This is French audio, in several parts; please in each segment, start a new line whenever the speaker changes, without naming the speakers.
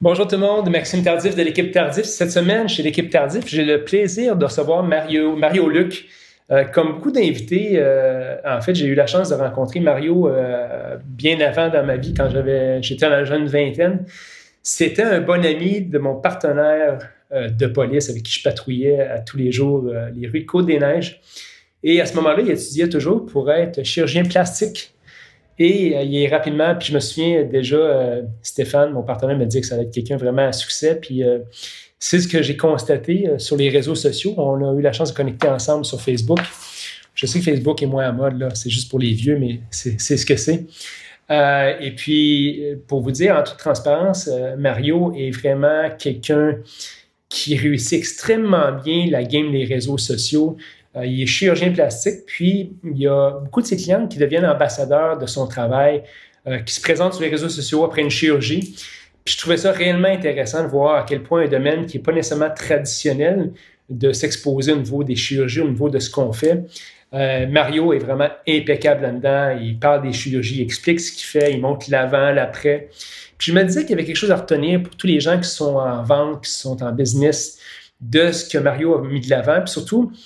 Bonjour tout le monde, Maxime Tardif de l'équipe Tardif. Cette semaine, chez l'équipe Tardif, j'ai le plaisir de recevoir Mario Luc. Comme beaucoup d'invités, en fait, j'ai eu la chance de rencontrer Mario bien avant dans ma vie, quand j'étais dans la jeune vingtaine. C'était un bon ami de mon partenaire de police avec qui je patrouillais à tous les jours les rues de Côte-des-Neiges. Et à ce moment-là, il étudiait toujours pour être chirurgien plastique. Et il est rapidement, puis je me souviens déjà, Stéphane, mon partenaire, m'a dit que ça allait être quelqu'un vraiment à succès. Puis c'est ce que j'ai constaté sur les réseaux sociaux. On a eu la chance de connecter ensemble sur Facebook. Je sais que Facebook est moins à mode, là. C'est juste pour les vieux, mais c'est ce que c'est. Et puis, pour vous dire, en toute transparence, Mario est vraiment quelqu'un qui réussit extrêmement bien la game des réseaux sociaux. Il est chirurgien plastique, puis il y a beaucoup de ses clients qui deviennent ambassadeurs de son travail, qui se présentent sur les réseaux sociaux après une chirurgie. Puis je trouvais ça réellement intéressant de voir à quel point un domaine qui n'est pas nécessairement traditionnel de s'exposer au niveau des chirurgies, au niveau de ce qu'on fait. Mario est vraiment impeccable là-dedans. Il parle des chirurgies, il explique ce qu'il fait, il montre l'avant, l'après. Puis je me disais qu'il y avait quelque chose à retenir pour tous les gens qui sont en vente, qui sont en business, de ce que Mario a mis de l'avant. Puis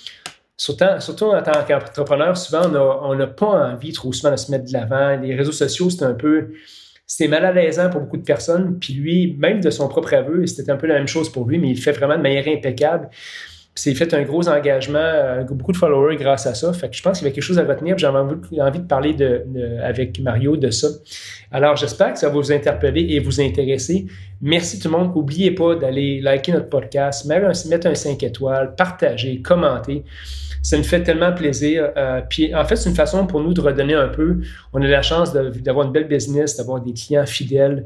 surtout en tant qu'entrepreneur, souvent, on n'a pas envie trop souvent de se mettre de l'avant. Les réseaux sociaux, c'était mal à l'aisant pour beaucoup de personnes. Puis lui, même de son propre aveu, c'était un peu la même chose pour lui, mais il le fait vraiment de manière impeccable. Puis il fait un gros engagement, beaucoup de followers grâce à ça. Fait que je pense qu'il y avait quelque chose à retenir. Puis j'avais envie de parler avec Mario de ça. Alors, j'espère que ça va vous interpeller et vous intéresser. Merci tout le monde. N'oubliez pas d'aller liker notre podcast, mettre un 5 étoiles, partager, commenter. Ça nous fait tellement plaisir. Puis en fait, c'est une façon pour nous de redonner un peu. On a la chance d'avoir une belle business, d'avoir des clients fidèles.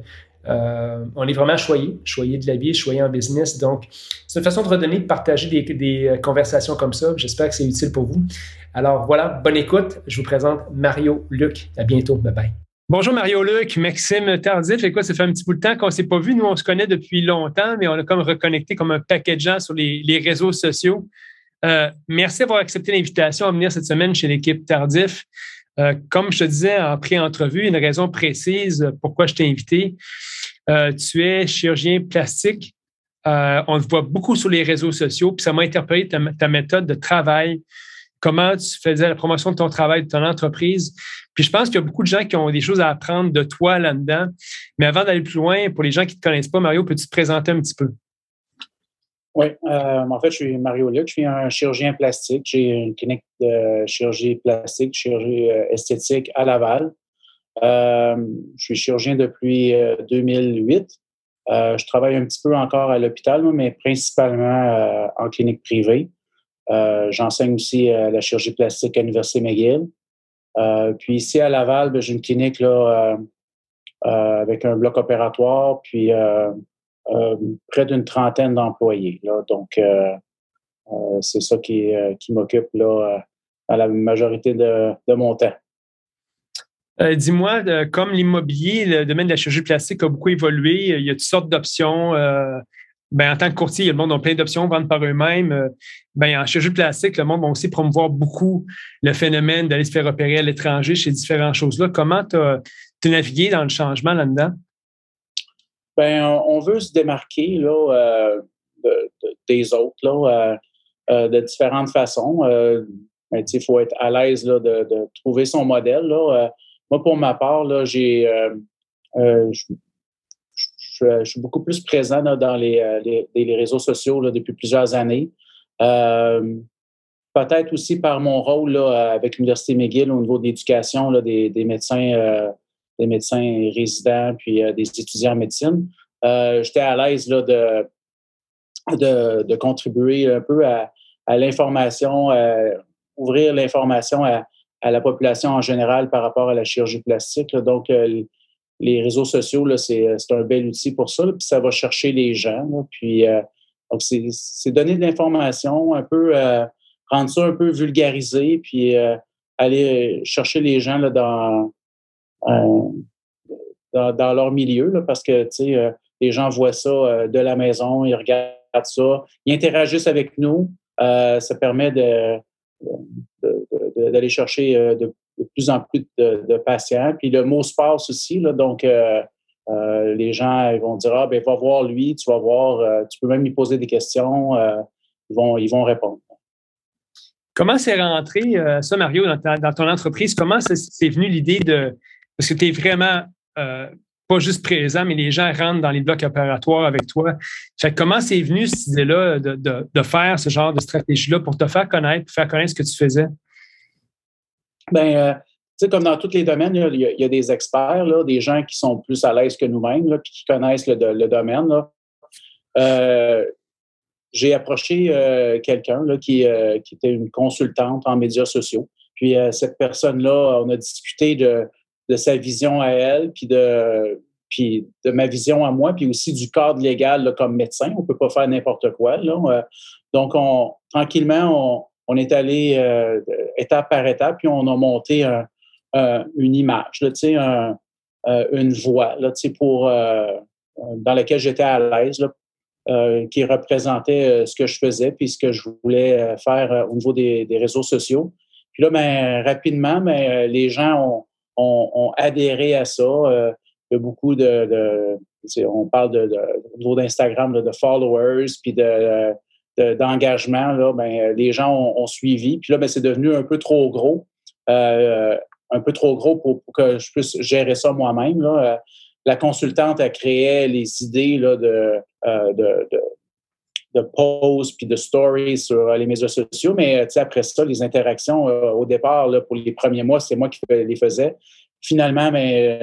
On est vraiment choyés de la vie, choyés en business. Donc, c'est une façon de redonner, de partager des conversations comme ça. J'espère que c'est utile pour vous. Alors voilà, bonne écoute. Je vous présente Mario Luc. À bientôt. Bye bye. Bonjour Mario Luc, Maxime Tardif. Et quoi, ça fait un petit bout de temps qu'on ne s'est pas vu. Nous, on se connaît depuis longtemps, mais on a comme reconnecté comme un paquet de gens sur les réseaux sociaux. Merci d'avoir accepté l'invitation à venir cette semaine chez l'équipe Tardif. Comme je te disais en pré-entrevue, une raison précise pourquoi je t'ai invité. Tu es chirurgien plastique. On te voit beaucoup sur les réseaux sociaux, puis ça m'a interpellé ta méthode de travail, comment tu faisais la promotion de ton travail, de ton entreprise. Puis je pense qu'il y a beaucoup de gens qui ont des choses à apprendre de toi là-dedans. Mais avant d'aller plus loin, pour les gens qui ne te connaissent pas, Mario, peux-tu te présenter un petit peu?
Oui, en fait, je suis Mario Luc, je suis un chirurgien plastique. J'ai une clinique de chirurgie plastique, chirurgie esthétique à Laval. Je suis chirurgien depuis 2008. Je travaille un petit peu encore à l'hôpital, mais principalement en clinique privée. J'enseigne aussi la chirurgie plastique à l'Université McGill. Puis ici à Laval, j'ai une clinique là, avec un bloc opératoire, puis près d'une trentaine d'employés. Là. Donc, c'est ça qui m'occupe là, à la majorité de mon temps.
Dis-moi, comme l'immobilier, le domaine de la chirurgie plastique a beaucoup évolué, il y a toutes sortes d'options. En tant que courtier, le monde a plein d'options, vendre par eux-mêmes. En chirurgie plastique, le monde va aussi promouvoir beaucoup le phénomène d'aller se faire opérer à l'étranger chez différentes choses-là. Comment tu as navigué dans le changement là-dedans?
On veut se démarquer là, des autres là, de différentes façons. Il faut être à l'aise là, de trouver son modèle. Là. Moi, pour ma part, là, je suis beaucoup plus présent là, dans les réseaux sociaux là, depuis plusieurs années. Peut-être aussi par mon rôle là, avec l'Université McGill au niveau de l'éducation là, des médecins résidents puis des étudiants en médecine. J'étais à l'aise là, de contribuer un peu à l'information, ouvrir l'information à la population en général par rapport à la chirurgie plastique. Là. Donc, les réseaux sociaux, là, c'est un bel outil pour ça. Là, puis ça va chercher les gens. Là, puis, donc, c'est donner de l'information, un peu rendre ça un peu vulgarisé, puis aller chercher les gens là, dans leur milieu, là, parce que les gens voient ça de la maison, ils regardent ça, ils interagissent avec nous. Ça permet d'aller chercher de plus en plus de patients. Puis le mot se passe aussi, là, donc Les gens ils vont dire, ben va voir lui, tu vas voir, tu peux même lui poser des questions, ils vont répondre.
Comment c'est rentré, ça, Mario, dans ton entreprise? Comment c'est venu l'idée de... Parce que tu es vraiment pas juste présent, mais les gens rentrent dans les blocs opératoires avec toi. Fait que comment c'est venu cette idée-là de faire ce genre de stratégie-là pour te faire connaître ce que tu faisais?
Ben, tu sais, comme dans tous les domaines, il y a des experts, là, des gens qui sont plus à l'aise que nous-mêmes, là, puis qui connaissent le domaine. Là. J'ai approché quelqu'un là, qui était une consultante en médias sociaux. Puis cette personne-là, on a discuté de sa vision à elle, puis de ma vision à moi, puis aussi du cadre légal là, comme médecin. On ne peut pas faire n'importe quoi. Là. Donc, tranquillement, on est allé étape par étape, puis on a monté une image, là, une voix là, dans laquelle j'étais à l'aise, là, qui représentait ce que je faisais puis ce que je voulais faire au niveau des réseaux sociaux. Puis là, ben, rapidement, ben, les gens ont adhéré à ça. Il y a beaucoup on parle au niveau d'Instagram, là, de followers puis d'engagement. Là, ben, les gens ont suivi. Puis là, ben, c'est devenu un peu trop gros. Pour que je puisse gérer ça moi-même. Là. La consultante a créé les idées là, de posts puis de stories sur les médias sociaux, mais après ça, les interactions, au départ, là, pour les premiers mois, c'est moi qui les faisais. Finalement,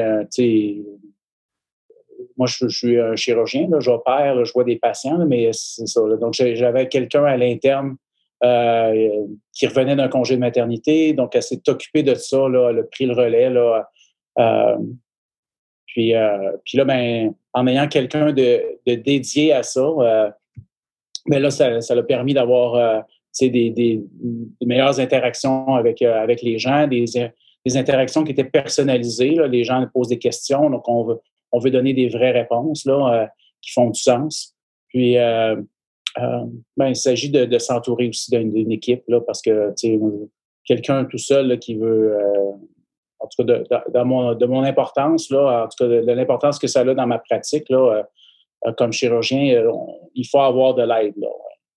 moi, je suis un chirurgien, là, j'opère, là, je vois des patients, là, mais c'est ça. Là. Donc, j'avais quelqu'un à l'interne qui revenait d'un congé de maternité, donc elle s'est occupée de ça, là, elle a pris le relais, là. Puis là, ben, en ayant quelqu'un de dédié à ça, ben là, ça l'a permis d'avoir des meilleures interactions avec les gens, des interactions qui étaient personnalisées. Là. Les gens posent des questions, donc on veut donner des vraies réponses là, qui font du sens. Puis, ben, il s'agit de s'entourer aussi d'une équipe, là, parce que quelqu'un tout seul là, qui veut... en tout cas, de mon importance, là, en tout cas, de l'importance que ça a dans ma pratique, là, comme chirurgien, il faut avoir de l'aide. Là,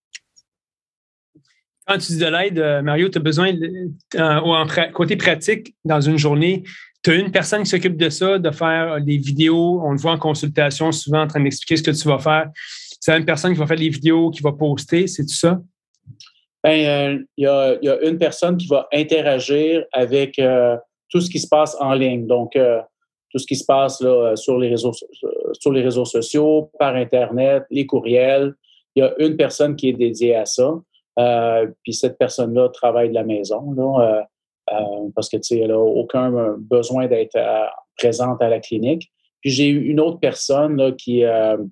ouais.
Quand tu dis de l'aide, Mario, tu as besoin, côté pratique, dans une journée, tu as une personne qui s'occupe de ça, de faire des vidéos. On le voit en consultation, souvent en train d'expliquer ce que tu vas faire. C'est une personne qui va faire les vidéos, qui va poster, c'est tout ça?
Bien, il y a une personne qui va interagir avec tout ce qui se passe en ligne. Donc, tout ce qui se passe là, sur les réseaux sociaux, par Internet, les courriels. Il y a une personne qui est dédiée à ça. Puis cette personne-là travaille de la maison, là, parce que elle n'a aucun besoin d'être présente à la clinique. Puis j'ai eu une autre personne là, qui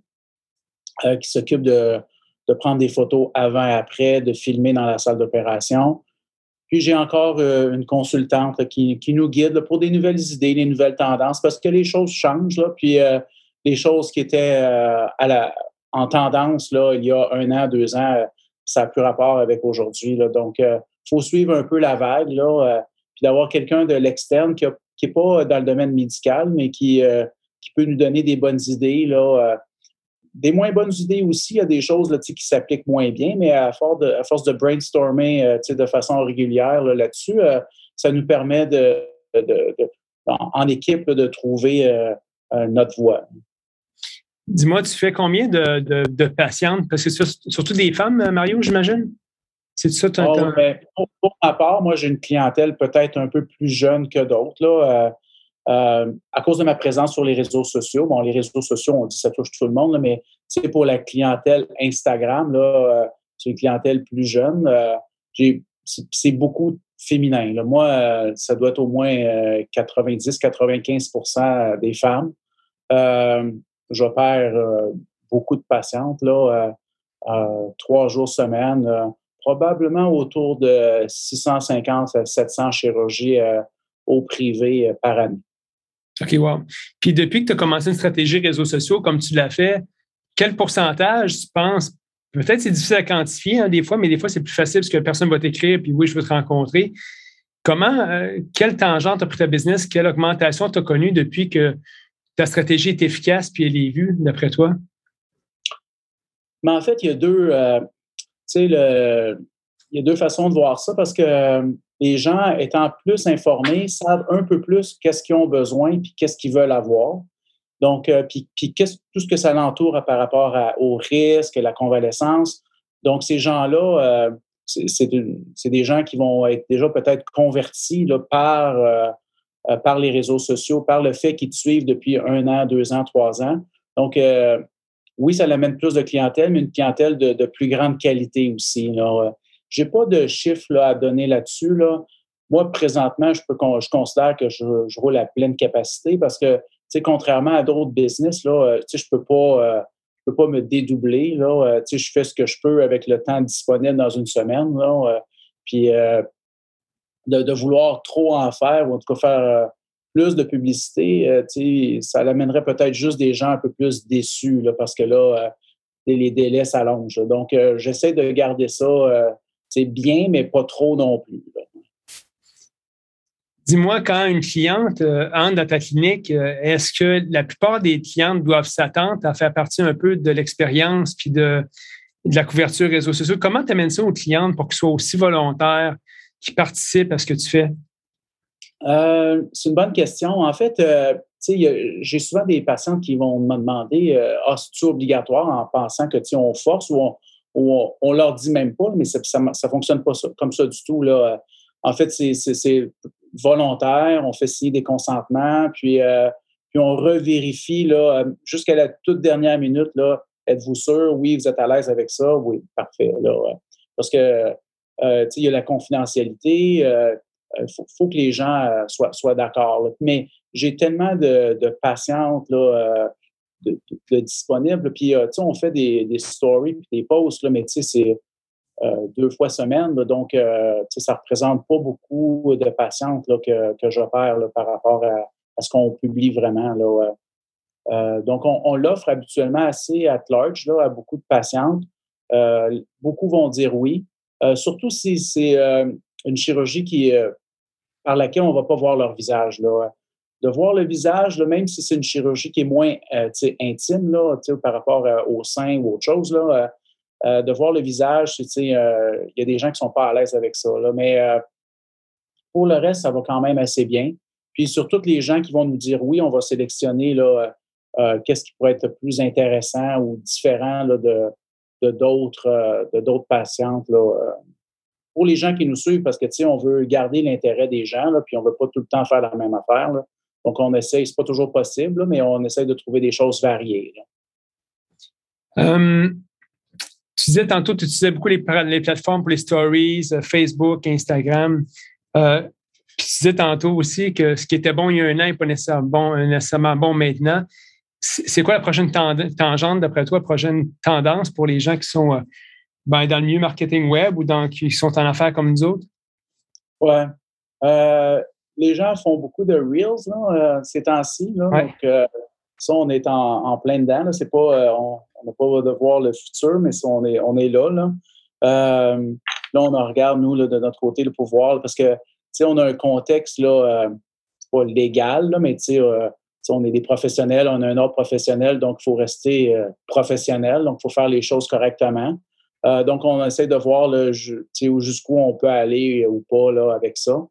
s'occupe de prendre des photos avant et après, de filmer dans la salle d'opération. Puis j'ai encore une consultante là, qui nous guide là, pour des nouvelles idées, des nouvelles tendances, parce que les choses changent. Là, puis les choses qui étaient en tendance là, il y a 1 an, 2 ans, ça n'a plus rapport avec aujourd'hui. Là. Donc, il faut suivre un peu la vague, là, puis d'avoir quelqu'un de l'externe qui n'est pas dans le domaine médical, mais qui peut nous donner des bonnes idées, là, des moins bonnes idées aussi. Il y a des choses là, qui s'appliquent moins bien, mais à force de brainstormer de façon régulière là-dessus, ça nous permet en équipe là, de trouver notre voie.
Dis-moi, tu fais combien de patientes? Parce que c'est surtout des femmes, Mario, j'imagine? C'est ça?
Ben, pour ma part, moi, j'ai une clientèle peut-être un peu plus jeune que d'autres. Là, à cause de ma présence sur les réseaux sociaux. Bon, les réseaux sociaux, on dit que ça touche tout le monde, là, mais pour la clientèle Instagram, là, c'est une clientèle plus jeune. C'est beaucoup féminin. Là. Moi, ça doit être au moins 90-95% des femmes. J'opère beaucoup de patientes, là, 3 jours semaine, probablement autour de 650 à 700 chirurgies au privé par année.
OK, wow. Puis depuis que tu as commencé une stratégie réseaux sociaux comme tu l'as fait, quel pourcentage tu penses, peut-être c'est difficile à quantifier des fois, mais des fois c'est plus facile parce que personne va t'écrire puis oui, je veux te rencontrer. Comment, quelle tangente a pris ta business, quelle augmentation tu as connue depuis que ta stratégie est efficace puis elle est vue, d'après toi?
Mais en fait, il y a deux façons de voir ça parce que les gens, étant plus informés, savent un peu plus qu'est-ce qu'ils ont besoin puis qu'est-ce qu'ils veulent avoir. Donc, puis tout ce que ça l'entoure par rapport au risque, la convalescence. Donc, ces gens-là, c'est des gens qui vont être déjà peut-être convertis là, par les réseaux sociaux, par le fait qu'ils te suivent depuis 1 an, 2 ans, 3 ans. Donc, oui, ça amène plus de clientèle, mais une clientèle de plus grande qualité aussi. Je n'ai pas de chiffres là, à donner là-dessus. Là. Moi, présentement, je considère que je roule à pleine capacité parce que, contrairement à d'autres business, là, je peux pas me dédoubler. Là, je fais ce que je peux avec le temps disponible dans une semaine. Là, puis, de vouloir trop en faire ou en tout cas faire plus de publicité, ça l'amènerait peut-être juste des gens un peu plus déçus là, parce que là, les délais s'allongent. Donc, j'essaie de garder ça bien, mais pas trop non plus. Là.
Dis-moi, quand une cliente entre dans ta clinique, est-ce que la plupart des clientes doivent s'attendre à faire partie un peu de l'expérience puis de la couverture réseaux sociaux? Comment tu amènes ça aux clientes pour qu'ils soient aussi volontaires, qu'ils participent à ce que tu fais?
C'est une bonne question. En fait, j'ai souvent des patients qui vont me demander c'est-tu obligatoire en pensant que on force ou on leur dit même pas, mais ça fonctionne pas comme ça du tout. Là. En fait, c'est volontaire, on fait signer des consentements, puis on revérifie là, jusqu'à la toute dernière minute. Là, êtes-vous sûr? Oui, vous êtes à l'aise avec ça? Oui, parfait. Là, parce que il y a la confidentialité. Faut que les gens soient d'accord. Là. Mais j'ai tellement de patientes là, de disponibles. Puis, on fait des stories puis des posts, là, mais c'est 2 fois semaine. Là, donc, ça ne représente pas beaucoup de patientes là, que j'opère là, par rapport à ce qu'on publie vraiment. Là. Donc, on l'offre habituellement assez at large là, à beaucoup de patientes. Beaucoup vont dire oui. Surtout si c'est une chirurgie par laquelle on ne va pas voir leur visage. Là. De voir le visage, là, même si c'est une chirurgie qui est moins intime là, par rapport au sein ou autre chose, là, de voir le visage, il y a des gens qui ne sont pas à l'aise avec ça. Là, mais pour le reste, ça va quand même assez bien. Puis sur tous les gens qui vont nous dire oui, on va sélectionner là, qu'est-ce qui pourrait être plus intéressant ou différent là, de d'autres patientes. Là, pour les gens qui nous suivent, parce que, on veut garder l'intérêt des gens, là, puis on ne veut pas tout le temps faire la même affaire. Là. Donc, on essaye, c'est pas toujours possible, là, mais on essaye de trouver des choses variées.
Tu disais tantôt, tu utilisais beaucoup les plateformes pour les stories, Facebook, Instagram. Puis tu disais tantôt aussi que ce qui était bon il y a 1 an n'est pas nécessairement bon maintenant. C'est quoi la prochaine tangente, d'après toi, la prochaine tendance pour les gens qui sont dans le milieu marketing web ou qui sont en affaires comme nous autres?
Ouais. Les gens font beaucoup de Reels là, ces temps-ci. Là,
ouais.
Donc, ça, on est en plein dedans. Là. C'est pas, on n'a pas de voir le futur, mais on est là. Là, là on en regarde, nous, là, de notre côté, le pouvoir, parce que on a un contexte là, c'est pas légal, là, mais on est des professionnels, on a un ordre professionnel, donc il faut rester professionnel, donc il faut faire les choses correctement. Donc, on essaie de voir là, jusqu'où on peut aller ou pas là, avec ça.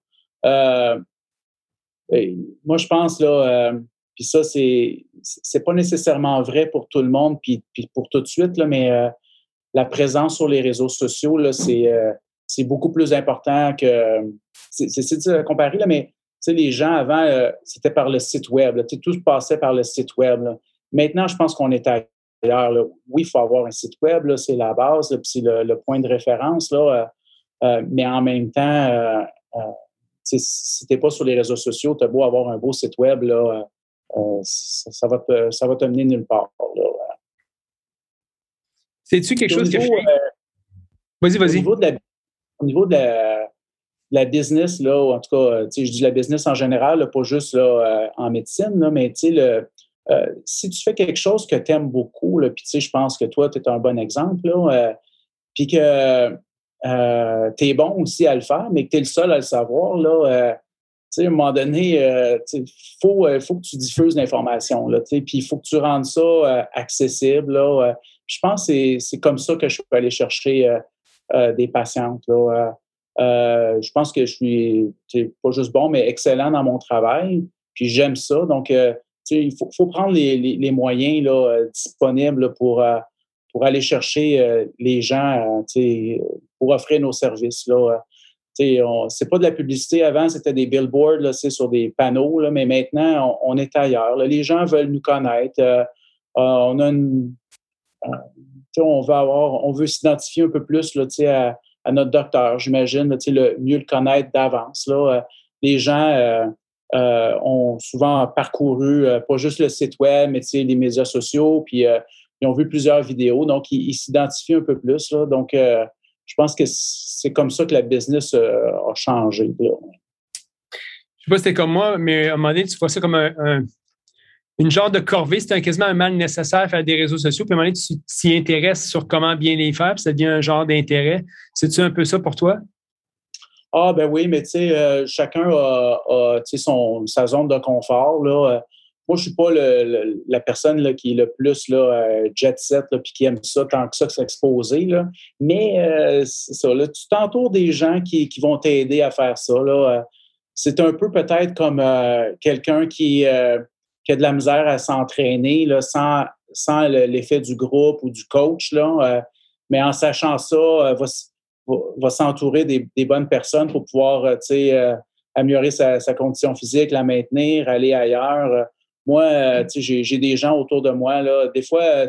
Moi, je pense, là, puis ça, c'est pas nécessairement vrai pour tout le monde, puis pour tout de suite, là, mais la présence sur les réseaux sociaux, là, c'est beaucoup plus important que... C'est comparé, là, mais les gens, avant, c'était par le site web. Là, tout passait par le site web. Là. Maintenant, je pense qu'on est ailleurs. Là. Oui, il faut avoir un site web, là, c'est la base, puis c'est le point de référence, là, mais en même temps... si tu n'es pas sur les réseaux sociaux, tu as beau avoir un beau site web, là, ça va te mener nulle part.
C'est-tu quelque chose
qui
fait? Vas-y.
Au niveau de la business, là, ou en tout cas, je dis la business en général, là, pas juste là, en médecine, là, mais si tu fais quelque chose que tu aimes beaucoup, puis je pense que toi, tu es un bon exemple, puis que tu es bon aussi à le faire, mais que tu es le seul à le savoir, là, sais, à un moment donné, faut que tu diffuses l'information, là, tu sais, puis il faut que tu rendes ça accessible, là. Je pense que c'est comme ça que je peux aller chercher des patientes, là. Je pense que je suis pas juste bon, mais excellent dans mon travail. Puis j'aime ça. Donc, il faut prendre les moyens là, disponibles là, pour aller chercher les gens, pour offrir nos services. Là. C'est pas de la publicité. Avant, c'était des billboards là, sur des panneaux, là, mais maintenant, on est ailleurs. Là. Les gens veulent nous connaître. On a une, on veut s'identifier un peu plus là, à notre docteur, j'imagine, là, mieux le connaître d'avance. Là. Les gens ont souvent parcouru pas juste le site web, mais les médias sociaux, puis ils ont vu plusieurs vidéos, donc ils s'identifient un peu plus. Là. Donc, je pense que c'est comme ça que la business a changé. Là.
Je sais pas si c'était comme moi, mais à un moment donné, tu vois ça comme une genre de corvée, c'est quasiment un mal nécessaire faire des réseaux sociaux. Puis à un moment donné, tu t'y intéresses sur comment bien les faire, puis ça devient un genre d'intérêt. C'est-tu un peu ça pour toi?
Ah, ben oui, mais tu sais, chacun a sa zone de confort. Là. Moi, je suis pas la personne là, qui est le plus là, jet set puis qui aime ça tant que ça s'exposer. Là. Mais c'est ça, là, tu t'entoures des gens qui vont t'aider à faire ça. Là. C'est un peu peut-être comme quelqu'un qui a de la misère à s'entraîner là, sans l'effet du groupe ou du coach. Là, mais en sachant ça, va s'entourer des bonnes personnes pour pouvoir améliorer sa condition physique, la maintenir, aller ailleurs. Moi, j'ai des gens autour de moi. Là, des fois,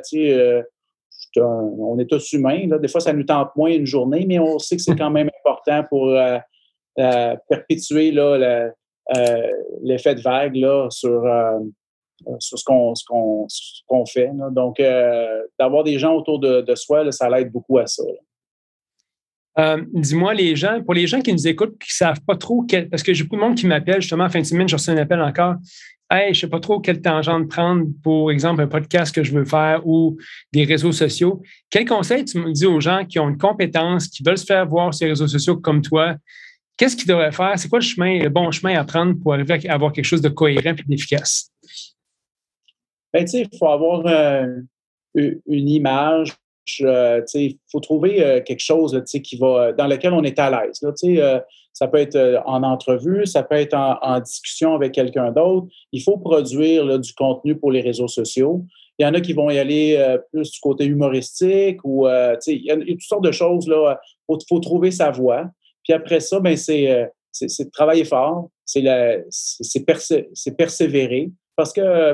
on est tous humains. Là, des fois, ça nous tente moins une journée, mais on sait que c'est quand même important pour perpétuer là, l'effet de vague là, sur ce qu'on fait. Là. Donc, d'avoir des gens autour de soi, là, ça l'aide beaucoup à ça. Là.
Dis-moi, pour les gens qui nous écoutent et qui ne savent pas trop, parce que j'ai beaucoup de monde qui m'appelle, justement, en fin de semaine, j'ai reçu un appel encore. Hey, je ne sais pas trop quelle tangente prendre pour exemple, un podcast que je veux faire ou des réseaux sociaux. Quel conseil tu me dis aux gens qui ont une compétence, qui veulent se faire voir sur les réseaux sociaux comme toi? Qu'est-ce qu'ils devraient faire? C'est quoi le bon chemin à prendre pour arriver à avoir quelque chose de cohérent et d'efficace?
Ben, tu sais, il faut avoir une image. Il faut trouver quelque chose là, dans lequel on est à l'aise. Là, ça peut être en entrevue, ça peut être en discussion avec quelqu'un d'autre. Il faut produire là, du contenu pour les réseaux sociaux. Il y en a qui vont y aller plus du côté humoristique ou il y a toutes sortes de choses. Il faut trouver sa voie. Puis après ça, ben, c'est de travailler fort, c'est persévérer. Parce que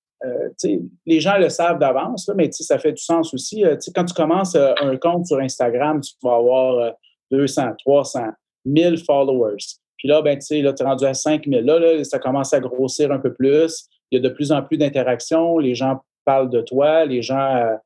les gens le savent d'avance, là, mais ça fait du sens aussi. Quand tu commences un compte sur Instagram, tu vas avoir 200, 300, 1000 followers. Puis là, ben, là, tu es rendu à 5000. Là, ça commence à grossir un peu plus. Il y a de plus en plus d'interactions. Les gens parlent de toi. Les gens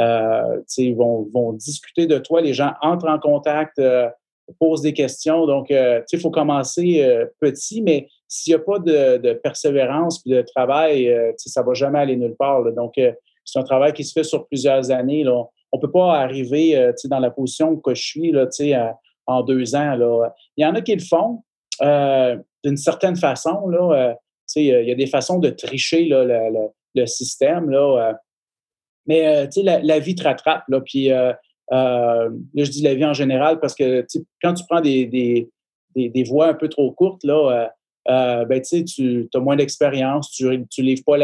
vont discuter de toi. Les gens entrent en contact, posent des questions. Donc, il faut commencer petit, mais s'il n'y a pas de persévérance et de travail, ça ne va jamais aller nulle part. Là. Donc, c'est un travail qui se fait sur plusieurs années. Là. On ne peut pas arriver dans la position que je suis là, en 2 ans. Là. Il y en a qui le font d'une certaine façon. Là, il y a des façons de tricher là, le système. Là, mais la vie te rattrape. Là, puis, là, je dis la vie en général parce que quand tu prends des voies un peu trop courtes, là, ben, tu as moins d'expérience, tu ne livres pas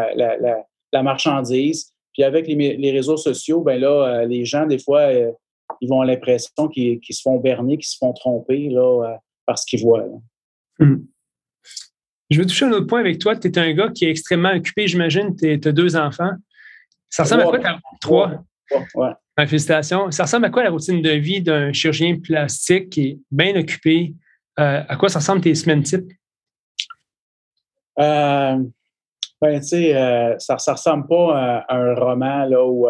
la marchandise. Puis avec les réseaux sociaux, ben là, les gens, des fois, ils vont avoir l'impression qu'ils se font berner, qu'ils se font tromper là, par ce qu'ils voient.
Je veux toucher un autre point avec toi. Tu es un gars qui est extrêmement occupé, j'imagine. Tu as 2 enfants. Ça ressemble à quoi ta 3? Ouais. Félicitations. Ça ressemble à quoi la routine de vie d'un chirurgien plastique qui est bien occupé? À quoi ça ressemble tes semaines types?
Ben, tu sais, ça ressemble pas à un roman là, ou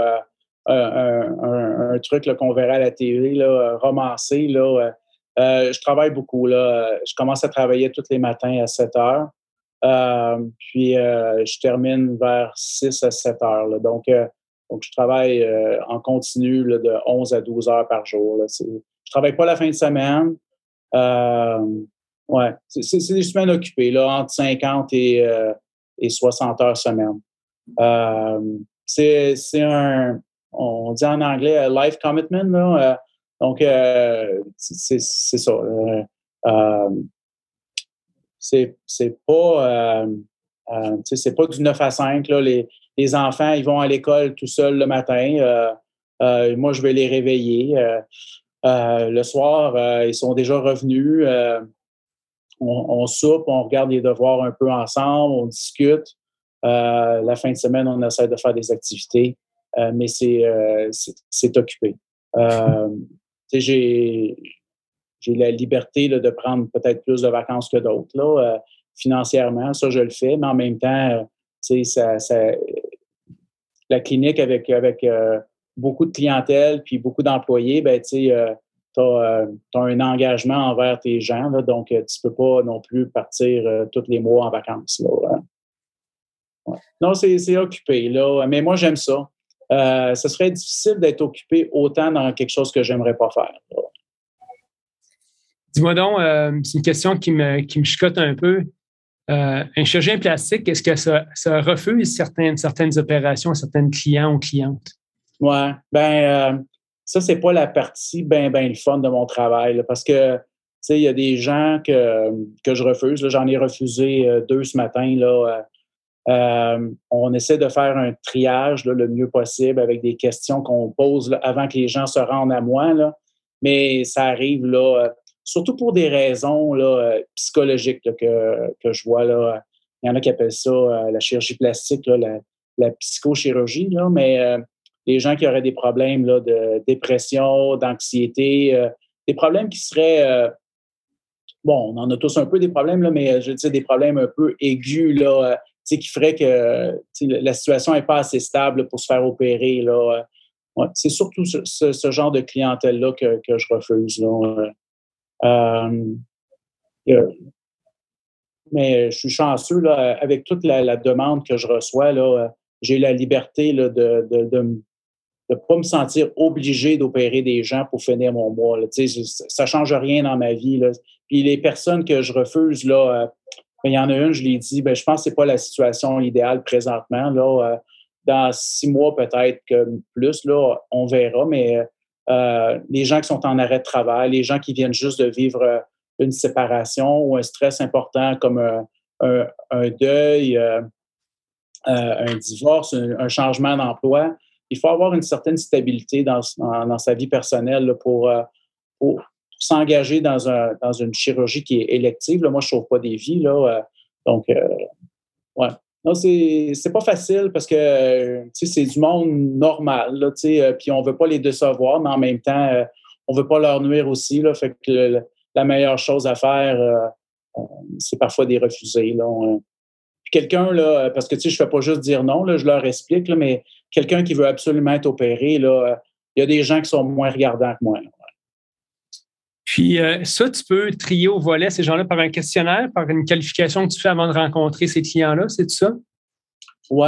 un truc là, qu'on verrait à la télé, là, romancé. Là, je travaille beaucoup. Là. Je commence à travailler tous les matins à 7 heures. Puis, je termine vers 6 à 7 heures. Là. Donc, je travaille en continu là, de 11 à 12 heures par jour. Là. Je travaille pas la fin de semaine. Ouais. C'est des semaines occupées, là, entre 50 et 60 heures semaine. Euh, c'est on dit en anglais, life commitment, là. Donc, c'est ça. Euh, c'est pas, c'est pas du 9 à 5. Là. Les enfants, ils vont à l'école tout seuls le matin. Moi, je vais les réveiller. Le soir, ils sont déjà revenus. On soupe, on regarde les devoirs un peu ensemble, on discute. La fin de semaine, on essaie de faire des activités, mais c'est occupé. J'ai la liberté là, de prendre peut-être plus de vacances que d'autres. Là, financièrement, ça, je le fais, mais en même temps, la clinique avec beaucoup de clientèle puis beaucoup d'employés, ben, tu as un engagement envers tes gens, là, donc tu ne peux pas non plus partir tous les mois en vacances. Là, hein. Ouais. Non, c'est occupé, là, mais moi, j'aime ça. Ce serait difficile d'être occupé autant dans quelque chose que j'aimerais pas faire. Là.
Dis-moi donc, c'est une question qui me chicote un peu. Un chirurgien plastique, est-ce que ça refuse certaines opérations à certains clients ou clientes?
Ouais, ça, c'est pas la partie ben le fun de mon travail, là, parce que, tu sais, il y a des gens que je refuse. Là, j'en ai refusé 2 ce matin, là. On essaie de faire un triage là, le mieux possible avec des questions qu'on pose là, avant que les gens se rendent à moi, là. Mais ça arrive, là, surtout pour des raisons là, psychologiques là, que je vois. Là. Il y en a qui appellent ça la chirurgie plastique, là, la psychochirurgie, là, mais les gens qui auraient des problèmes là, de dépression, d'anxiété, des problèmes qui seraient bon, on en a tous un peu des problèmes, là, mais je veux dire des problèmes un peu aigus, là, qui ferait que la situation n'est pas assez stable pour se faire opérer. Là. Ouais, c'est surtout ce genre de clientèle-là que je refuse. Là. Euh, mais je suis chanceux, là, avec toute la demande que je reçois, là, j'ai la liberté là, de ne pas me sentir obligé d'opérer des gens pour finir mon mois. Là. Ça ne change rien dans ma vie. Là. Puis les personnes que je refuse, là, il y en a une, je l'ai dit, je pense que ce n'est pas la situation idéale présentement. Là, dans 6 mois, peut-être que plus, là, on verra, mais les gens qui sont en arrêt de travail, les gens qui viennent juste de vivre une séparation ou un stress important comme un deuil, un divorce, un changement d'emploi, il faut avoir une certaine stabilité dans sa vie personnelle là, pour s'engager dans une chirurgie qui est élective. Là, moi, je ne sauve pas des vies. Là, donc, ouais. Non, c'est pas facile parce que c'est du monde normal. Là, puis on ne veut pas les décevoir, mais en même temps, on ne veut pas leur nuire aussi. Là, fait que la meilleure chose à faire, c'est parfois des refuser. Là, quelqu'un, là, parce que je ne fais pas juste dire non, là, je leur explique, là, mais quelqu'un qui veut absolument être opéré, là, il y a des gens qui sont moins regardants que moi. Là.
Puis ça, tu peux trier au volet ces gens-là par un questionnaire, par une qualification que tu fais avant de rencontrer ces clients-là, c'est tout ça?
Oui.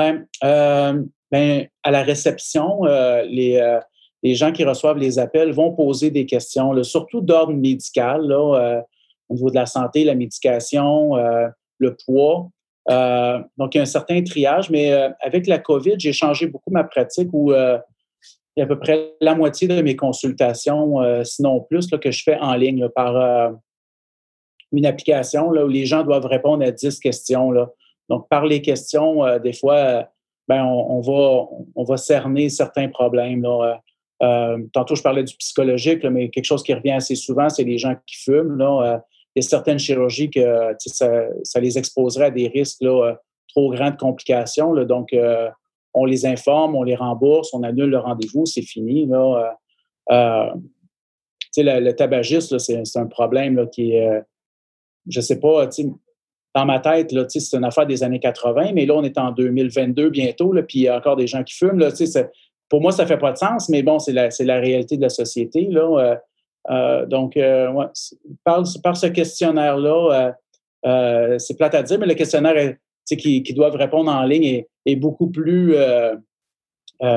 À la réception, les gens qui reçoivent les appels vont poser des questions, là, surtout d'ordre médical, là, au niveau de la santé, la médication, le poids. Donc, il y a un certain triage, mais avec la COVID, j'ai changé beaucoup ma pratique où il y a à peu près la moitié de mes consultations, sinon plus, là, que je fais en ligne là, par une application là, où les gens doivent répondre à 10 questions. Là. Donc, par les questions, des fois, on va cerner certains problèmes. Là. Tantôt, je parlais du psychologique, là, mais quelque chose qui revient assez souvent, c'est les gens qui fument. Là. Il y a certaines chirurgies que ça les exposerait à des risques là, trop grands de complications. Là. Donc, on les informe, on les rembourse, on annule le rendez-vous, c'est fini. Là. Le tabagisme, là, c'est un problème là, qui est, je sais pas, dans ma tête, là, c'est une affaire des années 80, mais là, on est en 2022 bientôt, là, puis il y a encore des gens qui fument. Là, pour moi, ça fait pas de sens, mais bon, c'est la réalité de la société. Là, donc, ouais, par ce questionnaire-là, c'est plate à dire, mais le questionnaire qui doivent répondre en ligne est beaucoup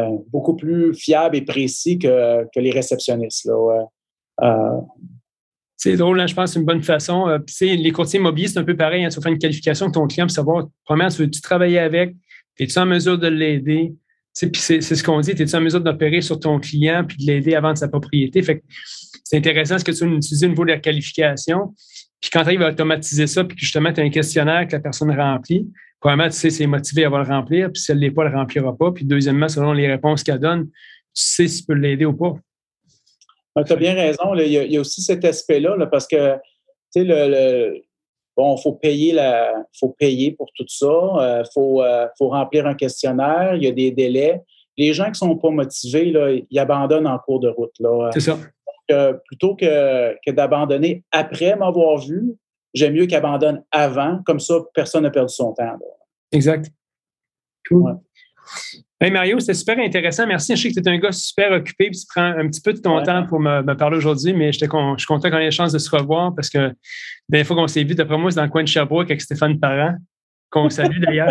plus fiable et précis que les réceptionnistes. Là,
C'est drôle, hein, je pense que c'est une bonne façon. Les courtiers immobiliers, c'est un peu pareil. Hein, tu vas faire une qualification avec ton client pour savoir, premièrement, veux-tu travailler avec? Es-tu en mesure de l'aider? Puis c'est ce qu'on dit, es-tu en mesure d'opérer sur ton client puis de l'aider à vendre sa propriété? Fait que c'est intéressant ce que tu as utilisé au niveau de la qualification. Puis quand tu arrives à automatiser ça, puis que justement, tu as un questionnaire que la personne remplit, premièrement, tu sais, c'est motivé à le remplir, puis si elle ne l'est pas, elle ne le remplira pas. Puis deuxièmement, selon les réponses qu'elle donne, tu sais si tu peux l'aider ou pas.
Tu as bien raison. Là, il y a aussi cet aspect-là, là, parce que, tu sais, bon, faut payer pour tout ça. Faut remplir un questionnaire. Il y a des délais. Les gens qui ne sont pas motivés, là, ils abandonnent en cours de route. Là.
C'est ça.
Donc, plutôt que d'abandonner après m'avoir vu, j'aime mieux qu'ils abandonnent avant. Comme ça, personne n'a perdu son temps. Là.
Exact. Cool.
Ouais.
Hey Mario, c'était super intéressant. Merci. Je sais que tu es un gars super occupé et tu prends un petit peu de ton temps pour me parler aujourd'hui, mais je suis content qu'on ait la chance de se revoir parce que la dernière fois qu'on s'est vu, d'après moi, c'est dans le coin de Sherbrooke avec Stéphane Parent, qu'on salue d'ailleurs.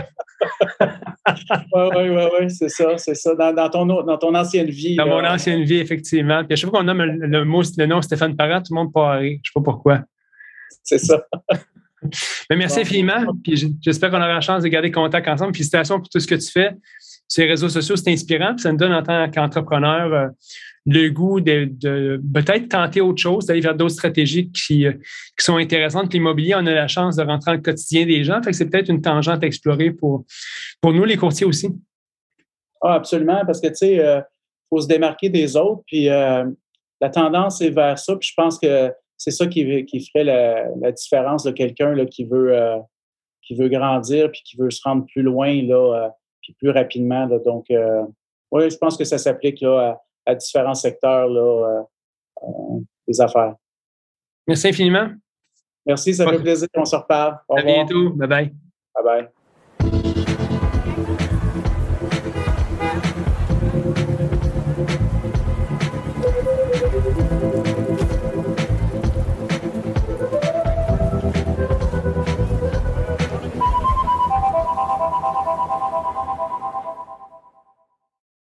Oui, c'est ça. Dans ton ancienne vie.
Dans mon ancienne vie, effectivement. Puis à chaque fois qu'on nomme le nom Stéphane Parent, tout le monde part rire. Je ne sais pas pourquoi.
C'est ça.
Mais merci infiniment. Puis j'espère qu'on aura la chance de garder contact ensemble. Félicitations pour tout ce que tu fais. Sur les réseaux sociaux, c'est inspirant. Puis ça me donne, en tant qu'entrepreneur, le goût de peut-être tenter autre chose, d'aller vers d'autres stratégies qui sont intéressantes. Puis l'immobilier, on a la chance de rentrer dans le quotidien des gens. Fait que c'est peut-être une tangente à explorer pour nous, les courtiers aussi.
Ah, absolument. Parce que, tu sais, faut se démarquer des autres. Puis la tendance est vers ça. Puis je pense que c'est ça qui ferait la différence de quelqu'un là, qui veut grandir puis qui veut se rendre plus loin là, puis plus rapidement. Là. Donc, oui, je pense que ça s'applique là, à différents secteurs là, des affaires.
Merci infiniment.
Merci, ça fait plaisir qu'on se reparle. Au revoir.
À bientôt. Bye-bye.
Bye-bye.